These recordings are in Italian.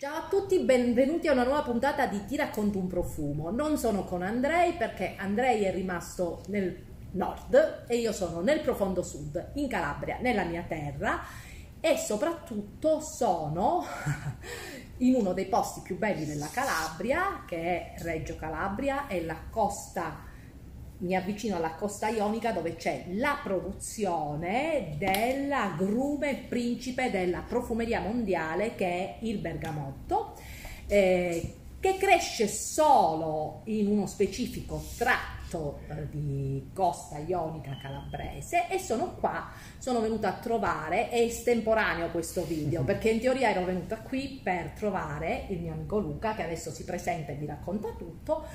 Ciao a tutti, benvenuti a una nuova puntata di Ti racconto un profumo. Non sono con Andrei perché Andrei è rimasto nel nord e io sono nel profondo sud, in Calabria, nella mia terra, e soprattutto sono in uno dei posti più belli della Calabria, che è Reggio Calabria, e la costa. Mi avvicino alla costa ionica dove c'è la produzione dell'agrume principe della profumeria mondiale, che è il bergamotto, che cresce solo in uno specifico tratto di costa ionica calabrese, e sono venuta a trovare, è estemporaneo questo video perché in teoria ero venuta qui per trovare il mio amico Luca, che adesso si presenta e vi racconta tutto.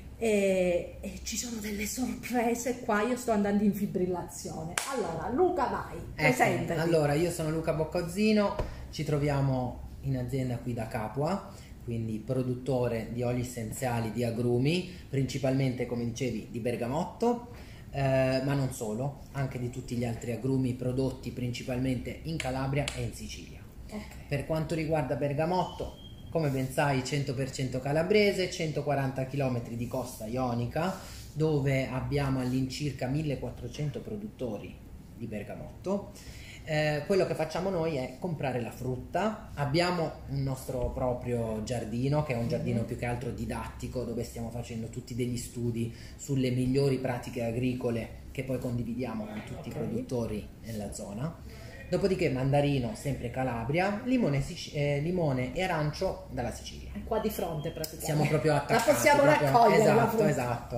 E ci sono delle sorprese qua, io sto andando in fibrillazione. Allora Luca, vai, presentati. Allora, io sono Luca Boccozzino, ci troviamo in azienda qui da Capua, quindi produttore di oli essenziali di agrumi, principalmente, come dicevi, di bergamotto, ma non solo, anche di tutti gli altri agrumi prodotti principalmente in Calabria e in Sicilia. Okay. Per quanto riguarda bergamotto, come ben sai, 100% calabrese, 140 km di costa ionica, dove abbiamo all'incirca 1400 produttori di bergamotto. Quello che facciamo noi è comprare la frutta. Abbiamo un nostro proprio giardino, che è un giardino più che altro didattico, dove stiamo facendo tutti degli studi sulle migliori pratiche agricole che poi condividiamo con tutti i produttori nella zona. Dopodiché mandarino, sempre Calabria, limone e arancio dalla Sicilia. È qua di fronte praticamente. Siamo proprio attaccati. La possiamo raccogliere.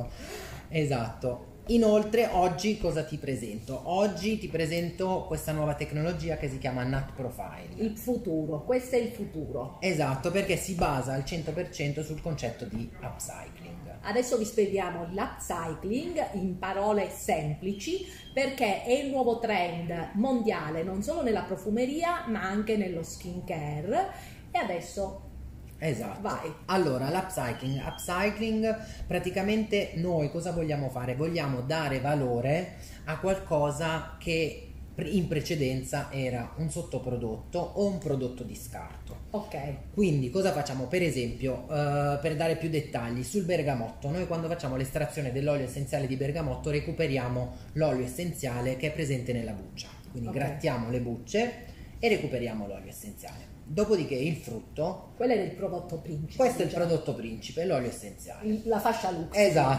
Esatto. Inoltre oggi cosa ti presento? Oggi ti presento questa nuova tecnologia che si chiama Nut Profile. Il futuro, questo è il futuro. Esatto, perché si basa al 100% sul concetto di upcycling. Adesso vi spieghiamo l'upcycling in parole semplici, perché è il nuovo trend mondiale non solo nella profumeria ma anche nello skincare. E adesso esatto, vai. Allora, upcycling, praticamente noi cosa vogliamo fare? Vogliamo dare valore a qualcosa che in precedenza era un sottoprodotto o un prodotto di scarto. Ok. Quindi cosa facciamo? Per esempio, per dare più dettagli, sul bergamotto, noi quando facciamo l'estrazione dell'olio essenziale di bergamotto recuperiamo l'olio essenziale che è presente nella buccia. Quindi grattiamo le bucce e recuperiamo l'olio essenziale. Dopodiché il frutto, quello è il prodotto principe. Questo è il prodotto principe, l'olio essenziale. La fascia lux.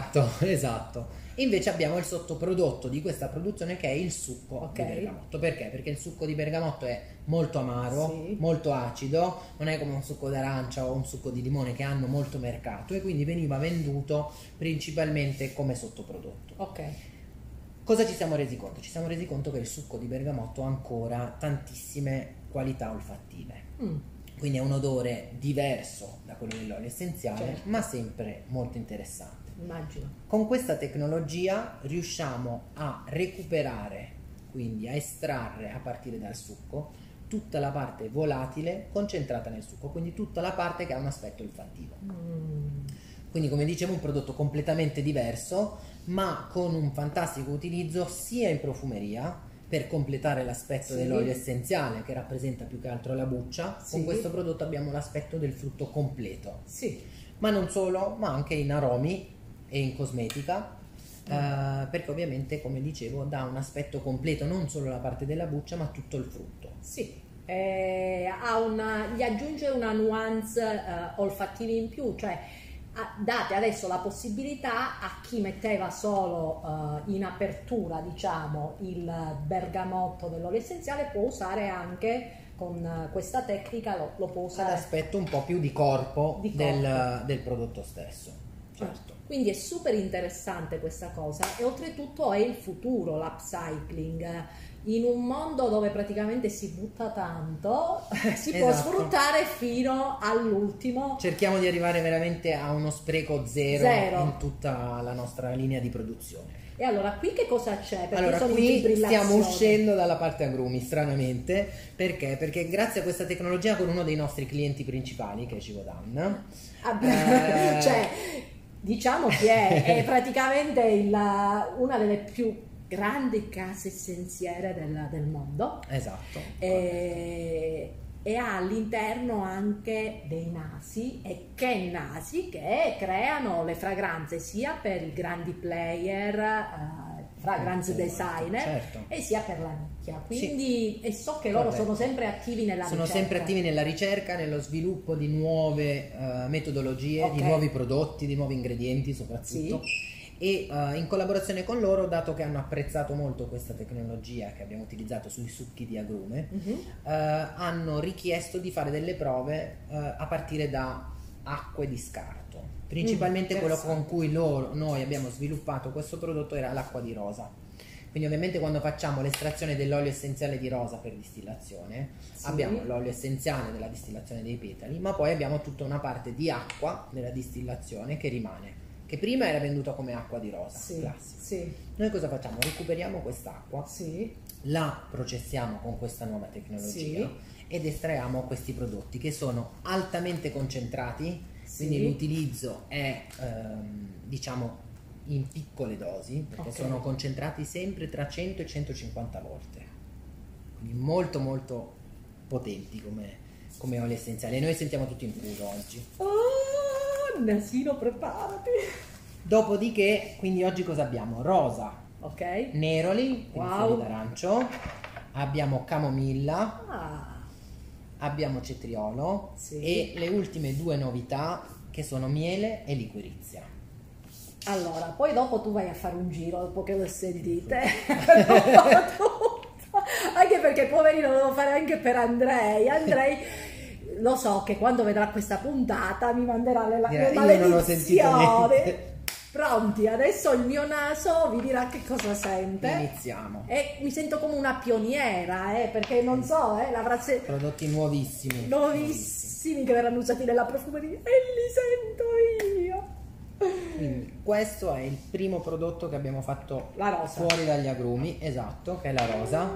Esatto. Invece abbiamo il sottoprodotto di questa produzione, che è il succo di bergamotto. Perché? Perché il succo di bergamotto è molto amaro, molto acido, non è come un succo d'arancia o un succo di limone che hanno molto mercato, e quindi veniva venduto principalmente come sottoprodotto. Ok. Cosa ci siamo resi conto? Ci siamo resi conto che il succo di bergamotto ha ancora tantissime qualità olfattive. Quindi è un odore diverso da quello dell'olio essenziale, ma sempre molto interessante. Immagino. Con questa tecnologia riusciamo a recuperare, quindi a estrarre a partire dal succo tutta la parte volatile concentrata nel succo, quindi tutta la parte che ha un aspetto olfattivo. Quindi, come dicevo, un prodotto completamente diverso, ma con un fantastico utilizzo sia in profumeria, per completare l'aspetto dell'olio essenziale, che rappresenta più che altro la buccia. Con questo prodotto abbiamo l'aspetto del frutto completo. Ma non solo, ma anche in aromi e in cosmetica, perché ovviamente, come dicevo, dà un aspetto completo, non solo la parte della buccia ma tutto il frutto. Gli aggiunge una nuance olfattiva in più, cioè date adesso la possibilità a chi metteva solo in apertura, diciamo, il bergamotto dell'olio essenziale, può usare anche con questa tecnica, lo può usare ad aspetto un po' più di corpo, del prodotto stesso. Certo. Quindi è super interessante questa cosa, e oltretutto è il futuro l'upcycling. In un mondo dove praticamente si butta tanto, si può sfruttare fino all'ultimo. Cerchiamo di arrivare veramente a uno spreco zero in tutta la nostra linea di produzione. E allora qui che cosa c'è? Perché allora qui stiamo uscendo dalla parte agrumi, stranamente. Perché? Perché grazie a questa tecnologia, con uno dei nostri clienti principali, che è Givaudan, cioè diciamo che è praticamente una delle più grandi case essenziere del mondo. Esatto. e ha all'interno anche dei nasi, e che nasi che creano le fragranze sia per i grandi player, fragrance designer, certo. e sia per la nicchia, quindi e so che loro sono sempre attivi nella ricerca. Sono sempre attivi nella ricerca, nello sviluppo di nuove metodologie, di nuovi prodotti, di nuovi ingredienti soprattutto. E in collaborazione con loro, dato che hanno apprezzato molto questa tecnologia che abbiamo utilizzato sui succhi di agrume, hanno richiesto di fare delle prove a partire da acque di scarto. Principalmente quello con cui noi abbiamo sviluppato questo prodotto era l'acqua di rosa. Quindi ovviamente quando facciamo l'estrazione dell'olio essenziale di rosa per distillazione, abbiamo l'olio essenziale della distillazione dei petali, ma poi abbiamo tutta una parte di acqua della distillazione che rimane, che prima era venduta come acqua di rosa classica. Noi cosa facciamo? Recuperiamo quest'acqua, la processiamo con questa nuova tecnologia ed estraiamo questi prodotti che sono altamente concentrati, quindi l'utilizzo è diciamo in piccole dosi, perché sono concentrati sempre tra 100 e 150 volte, quindi molto molto potenti come oli essenziali, e noi sentiamo tutti in puro oggi. Nasino, preparati. Dopodiché, quindi oggi cosa abbiamo? Rosa, neroli, fiori d'arancio, abbiamo camomilla, abbiamo cetriolo e le ultime due novità che sono miele e liquirizia. Allora, poi dopo tu vai a fare un giro dopo che lo sentite. Anche perché poverino lo devo fare anche per Andrei. Andrei lo so che quando vedrà questa puntata mi manderà le maledizioni. Pronti? Adesso il mio naso vi dirà che cosa sente. Iniziamo. E mi sento come una pioniera, perché non so, prodotti nuovissimi che verranno usati nella profumeria e li sento io. Quindi questo è il primo prodotto che abbiamo fatto fuori dagli agrumi, esatto, che è la rosa.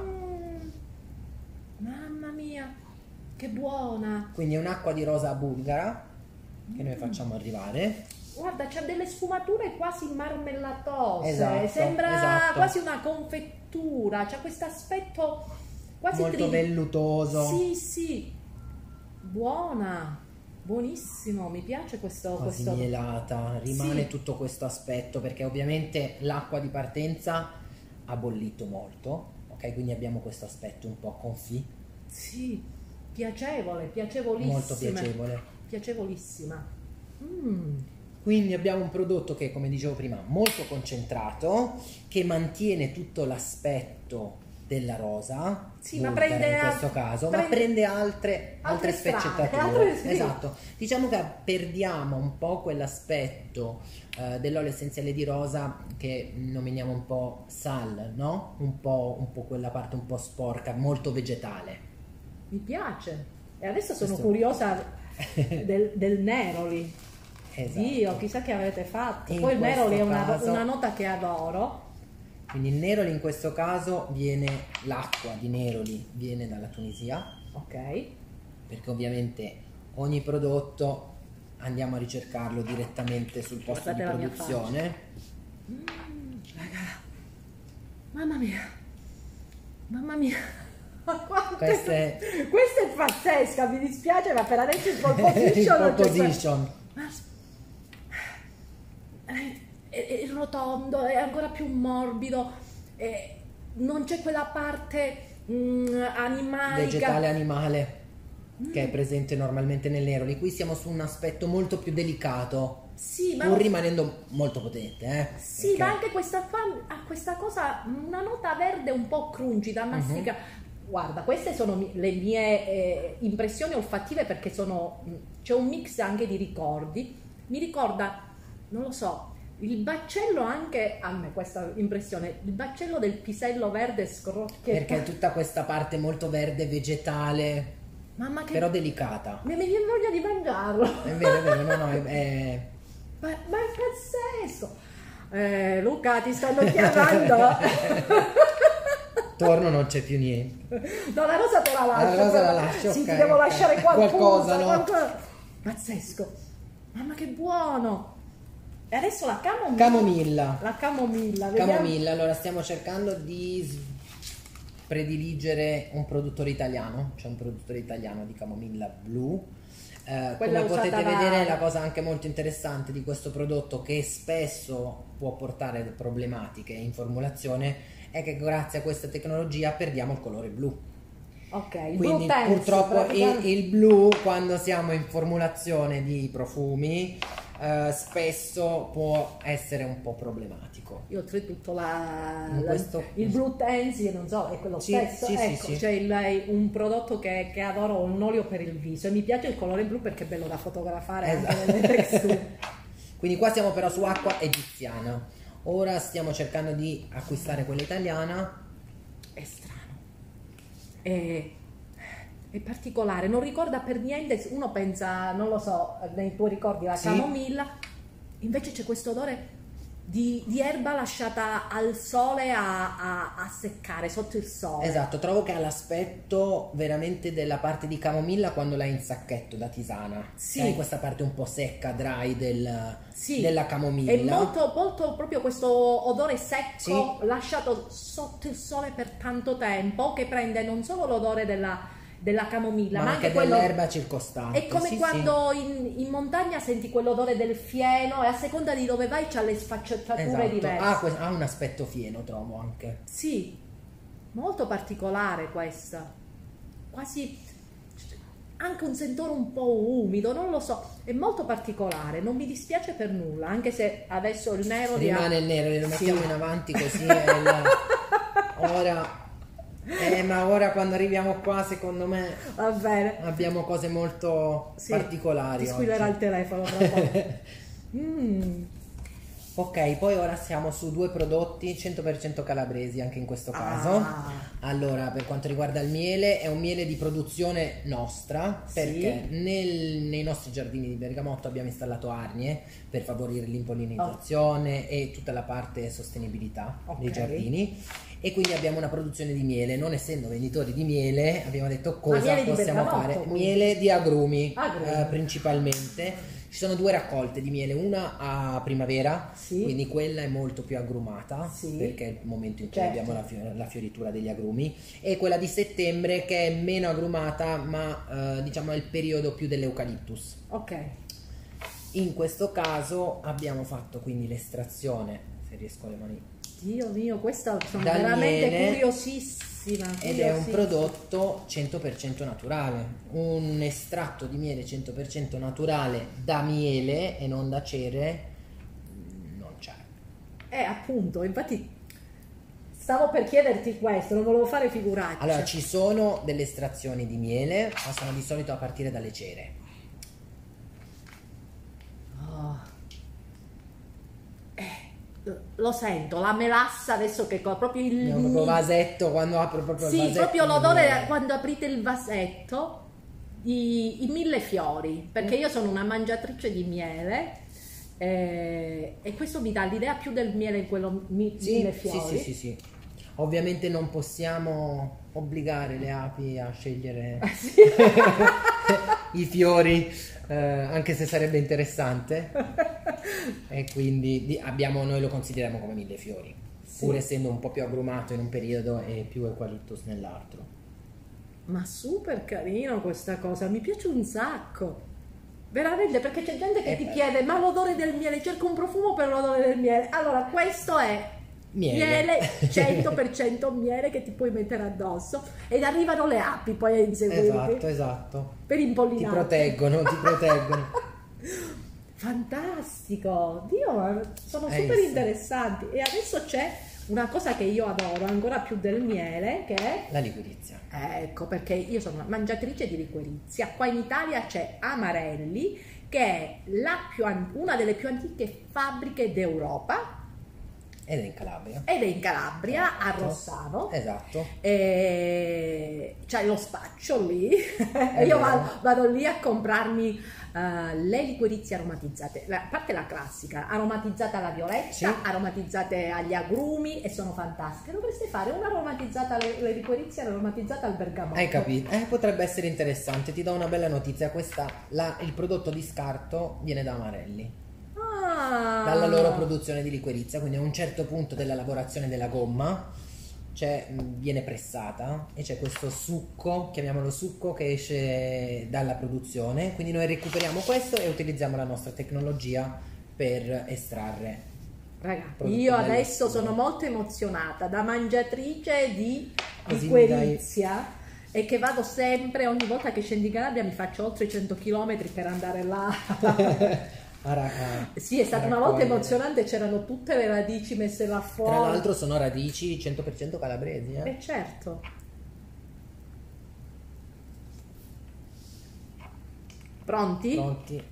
Mamma mia, che buona! Quindi è un'acqua di rosa bulgara che noi facciamo arrivare. Guarda, c'ha delle sfumature quasi marmellatose, sembra quasi una confettura, c'ha questo aspetto quasi molto vellutoso. Sì, buona, buonissimo, mi piace questo mielata, rimane tutto questo aspetto, perché ovviamente l'acqua di partenza ha bollito molto, quindi abbiamo questo aspetto un po' confit. Sì, piacevolissima. Molto Piacevolissima. Quindi abbiamo un prodotto che, come dicevo prima, molto concentrato, che mantiene tutto l'aspetto della rosa, ma prende in questo caso, ma prende altre sfaccettature. Esatto. Diciamo che perdiamo un po' quell'aspetto dell'olio essenziale di rosa che nominiamo un po' sal, no? Un po' quella parte un po' sporca, molto vegetale. Mi piace. E adesso sono curiosa del neroli. Dio, chissà che avete fatto. Poi il neroli è una nota che adoro. Quindi il neroli in questo caso l'acqua di neroli viene dalla Tunisia. Perché ovviamente ogni prodotto andiamo a ricercarlo direttamente sul posto di produzione. Mamma mia. Questa è pazzesca, mi dispiace, ma per adesso il pole position. È rotondo, è ancora più morbido, non c'è quella parte animalica, vegetale animale che è presente normalmente nel neroli. Qui siamo su un aspetto molto più delicato, pur rimanendo molto potente. Ma anche questa cosa, una nota verde un po' crunchy da mastica. Guarda, queste sono le mie impressioni olfattive, perché c'è un mix anche di ricordi. Mi ricorda, non lo so, il baccello, anche a me questa impressione, il baccello del pisello verde perché è tutta questa parte molto verde vegetale, però delicata. Mi viene voglia di mangiarlo. È vero, no, ma è pazzesco. Luca, ti stanno chiamando. Torno, non c'è più niente. No, la rosa te la lascio. La rosa la lascio, sì, ti devo lasciare qualcosa, no? Pazzesco. Mamma, che buono. E adesso la camomilla. Camomilla. La camomilla, vediamo. Camomilla, allora stiamo cercando di prediligere un produttore italiano, c'è un produttore italiano di camomilla blu. Quella Come usata potete da- vedere, la cosa anche molto interessante di questo prodotto, che spesso può portare problematiche in formulazione, è che grazie a questa tecnologia perdiamo il colore blu. Ok, il Quindi Blue Tense, purtroppo praticamente- il blu, quando siamo in formulazione di profumi, spesso può essere un po' problematico. Io oltretutto In questo- il Blue Tensi, non so, è quello Sì, stesso. sì, sì, Ecco, sì. c'è un prodotto che adoro, un olio per il viso, e mi piace il colore blu perché è bello da fotografare anche Esatto. nelle texture. Quindi qua siamo però su acqua egiziana. Ora stiamo cercando di acquistare quella italiana. È strano. È particolare, non ricorda per niente, uno pensa, non lo so, nei tuoi ricordi la Sì. camomilla, invece c'è questo odore di erba lasciata al sole a seccare, sotto il sole. Esatto, trovo che ha l'aspetto veramente della parte di camomilla quando l'hai in sacchetto da tisana. Sì. Hai questa parte un po' secca, dry Sì, della camomilla. è molto, molto proprio questo odore secco Sì. lasciato sotto il sole per tanto tempo, che prende non solo l'odore della camomilla, ma ma anche anche quello. dell'erba circostante. È come Sì, quando in montagna senti quell'odore del fieno, e a seconda di dove vai c'ha le sì. sfaccettature Esatto. diverse. Ha un aspetto fieno, trovo anche. Sì, molto particolare questa. Quasi anche un sentore un po' umido, non lo so, è molto particolare, non mi dispiace per nulla, anche se adesso il nero Rimane il nero, lo Sì. mettiamo in avanti così. Ora. Ma ora quando arriviamo qua, secondo me, Va bene. abbiamo cose molto Sì, particolari ti squillerà oggi. il telefono tra poco. Mm. Ok, poi ora siamo su due prodotti 100% calabresi anche in questo caso. Ah. Allora, per quanto riguarda il miele, è un miele di produzione nostra, Sì. perché nei nostri giardini di Bergamotto abbiamo installato arnie per favorire l'impolilinizzazione e tutta la parte sostenibilità Ok. dei giardini, e quindi abbiamo una produzione di miele. Non essendo venditori di miele, abbiamo detto cosa miele di possiamo Bergamotto, fare. quindi. Miele di agrumi, Agrumi. principalmente. Ci sono due raccolte di miele, una a primavera, Sì. quindi quella è molto più agrumata, Sì. perché è il momento in cui Certo. abbiamo la fioritura degli agrumi, e quella di settembre che è meno agrumata, ma diciamo è il periodo più dell'eucaliptus. Ok. In questo caso abbiamo fatto quindi l'estrazione, se riesco le mani, Dio mio, questa sono Dal veramente miele. curiosissima. ed è un curiosissima. prodotto 100% naturale, un estratto di miele 100% naturale da miele e non da cere, non c'è. Appunto, infatti stavo per chiederti questo, non volevo fare figuracce. Allora, ci sono delle estrazioni di miele, ma sono di solito a partire dalle cere. Oh. Lo sento, la melassa adesso che proprio il... È un proprio vasetto, quando apro proprio il Sì, vasetto. proprio di l'odore miele. quando aprite il vasetto, i mille fiori, perché io sono una mangiatrice di miele, e questo mi dà l'idea più del miele in quello Sì, mille sì, fiori. sì. Ovviamente non possiamo obbligare le api a scegliere i fiori, anche se sarebbe interessante. E quindi noi lo consideriamo come mille fiori, Sì. pur essendo un po' più agrumato in un periodo e più eucaliptus nell'altro. Ma super carino questa cosa, mi piace un sacco. Veramente, perché c'è gente che ti chiede, ma l'odore del miele, cerco un profumo per l'odore del miele. Allora, questo è Miele. 100% miele che ti puoi mettere addosso, ed arrivano le api poi a inseguirti Esatto. per Ti impollinare. proteggono. Fantastico, Dio, sono Hai super visto? interessanti. E adesso c'è una cosa che io adoro ancora più del miele, che è, La liquirizia. ecco, perché io sono una mangiatrice di liquirizia. Qua in Italia c'è Amarelli, che è una delle più antiche fabbriche d'Europa, Ed è in Calabria. ed è in Calabria, a Esatto. Rossano. Esatto. E c'è lo spaccio lì. È Io vero. vado lì a comprarmi le liquirizie aromatizzate, a parte la classica, aromatizzata alla violetta, Sì. aromatizzate agli agrumi, e sono fantastiche. Dovreste fare una aromatizzata, le liquirizie aromatizzate al bergamotto. Hai capito? Potrebbe essere interessante. Ti do una bella notizia. Il prodotto di scarto viene da Amarelli, Ah. dalla loro produzione di liquirizia. Quindi a un certo punto della lavorazione della gomma viene pressata e c'è questo succo, chiamiamolo succo, che esce dalla produzione, quindi noi recuperiamo questo e utilizziamo la nostra tecnologia per estrarre. Raga, Prodotto io adesso bellissimo. sono molto emozionata da mangiatrice di Così mi Querizia, e che vado sempre, ogni volta che scendo in Calabria mi faccio oltre 100 km per andare là. Sì, è stata una volta emozionante, c'erano tutte le radici messe là fuori. Tra l'altro sono radici 100% calabresi, Certo. Pronti? Pronti?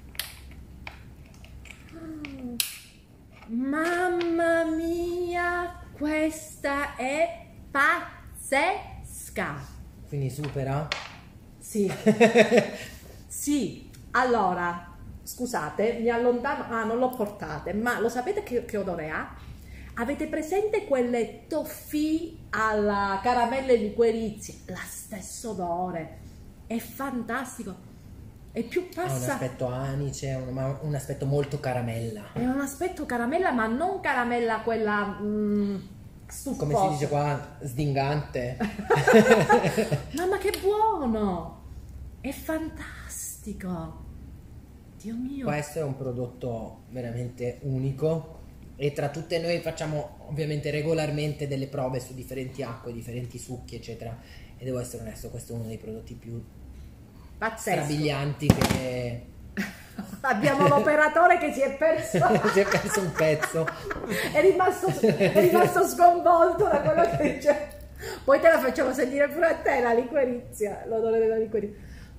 Mamma mia, questa è pazzesca. Quindi supera? Sì. Sì, allora, scusate, mi allontano, non l'ho portate, ma lo sapete che odore ha? Avete presente quelle toffee alla caramelle liquorizie? La stesso odore, è fantastico. E più Ha un passa... aspetto anice, un aspetto molto caramella. È un aspetto caramella, ma non caramella quella stuffosa. Come si dice qua, sdingante. Mamma che buono! È fantastico! Dio mio! Questo è un prodotto veramente unico e tra tutte noi facciamo ovviamente regolarmente delle prove su differenti acque, differenti succhi, eccetera. E devo essere onesto, questo è uno dei prodotti più Pazzesco! strabilianti che... Abbiamo l'operatore che si è perso si è perso un pezzo. è rimasto sconvolto da quello che c'è. Poi te la facciamo sentire pure a te la liquorizia, l'odore della liquorizia.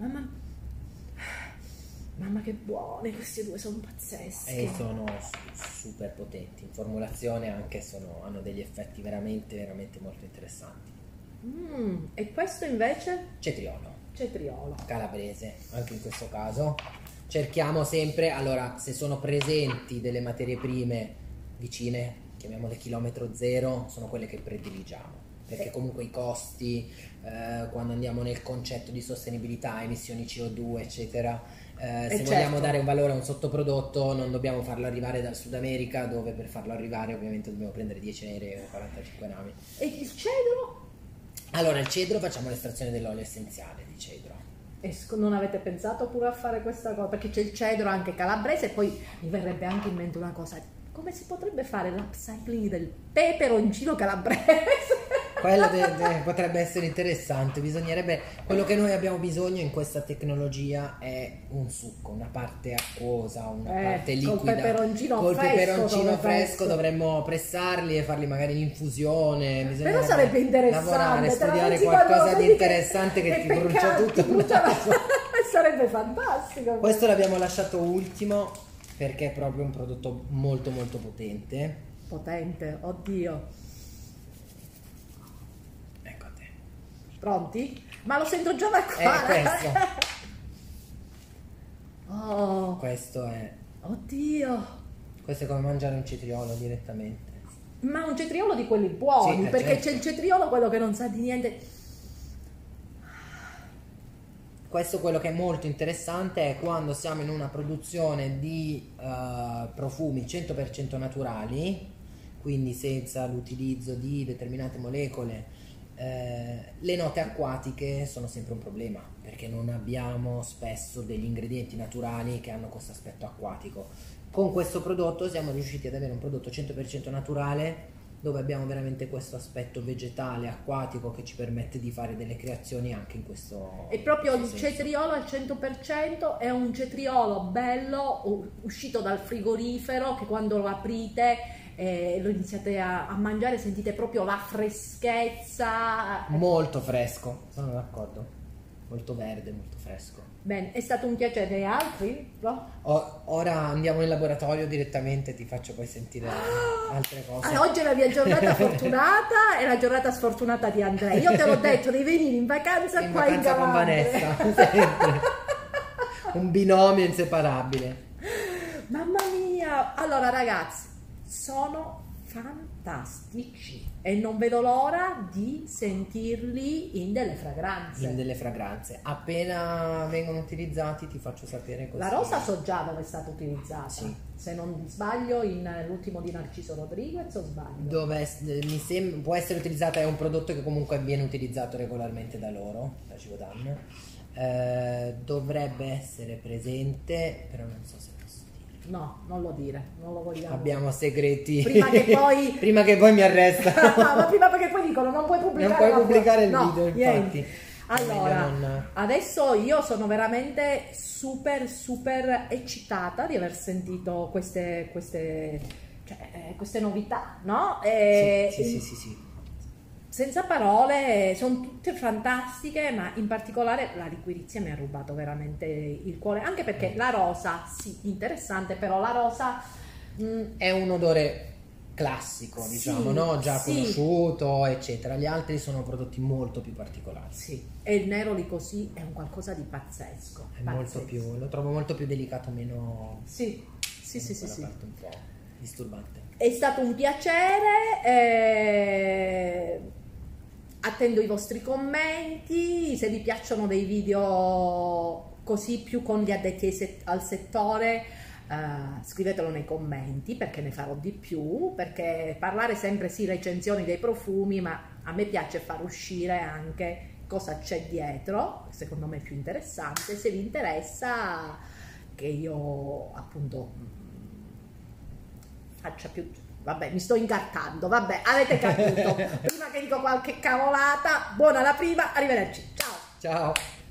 Mamma che buone, questi due sono pazzeschi E sono super potenti in formulazione, anche hanno degli effetti veramente veramente molto interessanti. E questo invece? Cetriolo calabrese, anche in questo caso cerchiamo sempre, allora, se sono presenti delle materie prime vicine, chiamiamole chilometro zero, sono quelle che prediligiamo, perché comunque i costi, quando andiamo nel concetto di sostenibilità, emissioni CO2 eccetera, se vogliamo dare un valore a un sottoprodotto non dobbiamo farlo arrivare dal Sud America, dove per farlo arrivare ovviamente dobbiamo prendere 10 aerei o 45 navi. E il cedro? Allora, il cedro facciamo l'estrazione dell'olio essenziale di cedro. E non avete pensato pure a fare questa cosa? Perché c'è il cedro anche calabrese, e poi mi verrebbe anche in mente una cosa: come si potrebbe fare l'upcycling del peperoncino calabrese? Quello potrebbe essere interessante. Bisognerebbe, quello che noi abbiamo bisogno in questa tecnologia è un succo, una parte acquosa, una parte liquida. Col peperoncino fresco dovremmo pressarli e farli magari in infusione. Però sarebbe interessante lavorare, studiare qualcosa di interessante che ti brucia tutto. Sarebbe fantastico. Questo l'abbiamo lasciato ultimo perché è proprio un prodotto molto molto potente. Potente, oddio. Pronti? Ma lo sento già da qua. Questo. Oh. Questo è. Oddio. Questo è come mangiare un cetriolo direttamente. Ma un cetriolo di quelli buoni, sì, perché certo. c'è il cetriolo quello che non sa di niente. Questo quello che è molto interessante è quando siamo in una produzione di profumi 100% naturali, quindi senza l'utilizzo di determinate molecole. Le note acquatiche sono sempre un problema perché non abbiamo spesso degli ingredienti naturali che hanno questo aspetto acquatico. Con questo prodotto siamo riusciti ad avere un prodotto 100% naturale dove abbiamo veramente questo aspetto vegetale, acquatico, che ci permette di fare delle creazioni anche in questo. E proprio il cetriolo al 100% è un cetriolo bello uscito dal frigorifero, che quando lo aprite lo iniziate a mangiare sentite proprio la freschezza. Molto fresco, sono d'accordo, molto verde, molto fresco. Bene, è stato un piacere. Altri? No? Ora andiamo in laboratorio direttamente, ti faccio poi sentire altre cose. Oggi è la mia giornata fortunata e la giornata sfortunata di Andrea. Io te l'ho detto, devi venire in vacanza in Calabria con Vanessa, sempre. Un binomio inseparabile. Mamma mia. Allora ragazzi, sono fantastici e non vedo l'ora di sentirli in delle fragranze. In delle fragranze. Appena vengono utilizzati ti faccio sapere così. La rosa so già dove è stata utilizzata, Sì. se non sbaglio l'ultimo di Narciso Rodriguez o sbaglio? Dove mi sembra può essere utilizzata, è un prodotto che comunque viene utilizzato regolarmente da loro, da Givaudan. Dovrebbe essere presente, però non so se posso dire. No, non lo dire, non lo vogliamo. Abbiamo segreti. Prima che poi prima che poi mi arresta. no, ma prima perché poi dicono non puoi pubblicare, Non puoi pubblicare il no, video, niente. infatti. Allora, Non- adesso io sono veramente super eccitata di aver sentito queste novità, no? Sì. Senza parole, sono tutte fantastiche, ma in particolare la liquirizia mi ha rubato veramente il cuore, anche perché la rosa, sì, interessante, però la rosa È un odore classico, diciamo, sì, no? Già sì. conosciuto, eccetera. Gli altri sono prodotti molto più particolari. sì, e il nero lì così è un qualcosa di pazzesco. È molto più, lo trovo molto più delicato, meno Sì. quella parte un po' disturbante. È stato un piacere, attendo i vostri commenti, se vi piacciono dei video così più con gli addetti al settore, scrivetelo nei commenti perché ne farò di più, perché parlare sempre sì recensioni dei profumi, ma a me piace far uscire anche cosa c'è dietro, secondo me è più interessante. Se vi interessa che io appunto faccia più, vabbè, mi sto incartando, vabbè, avete capito. Prima che dico qualche cavolata, buona la prima, arrivederci, ciao. Ciao!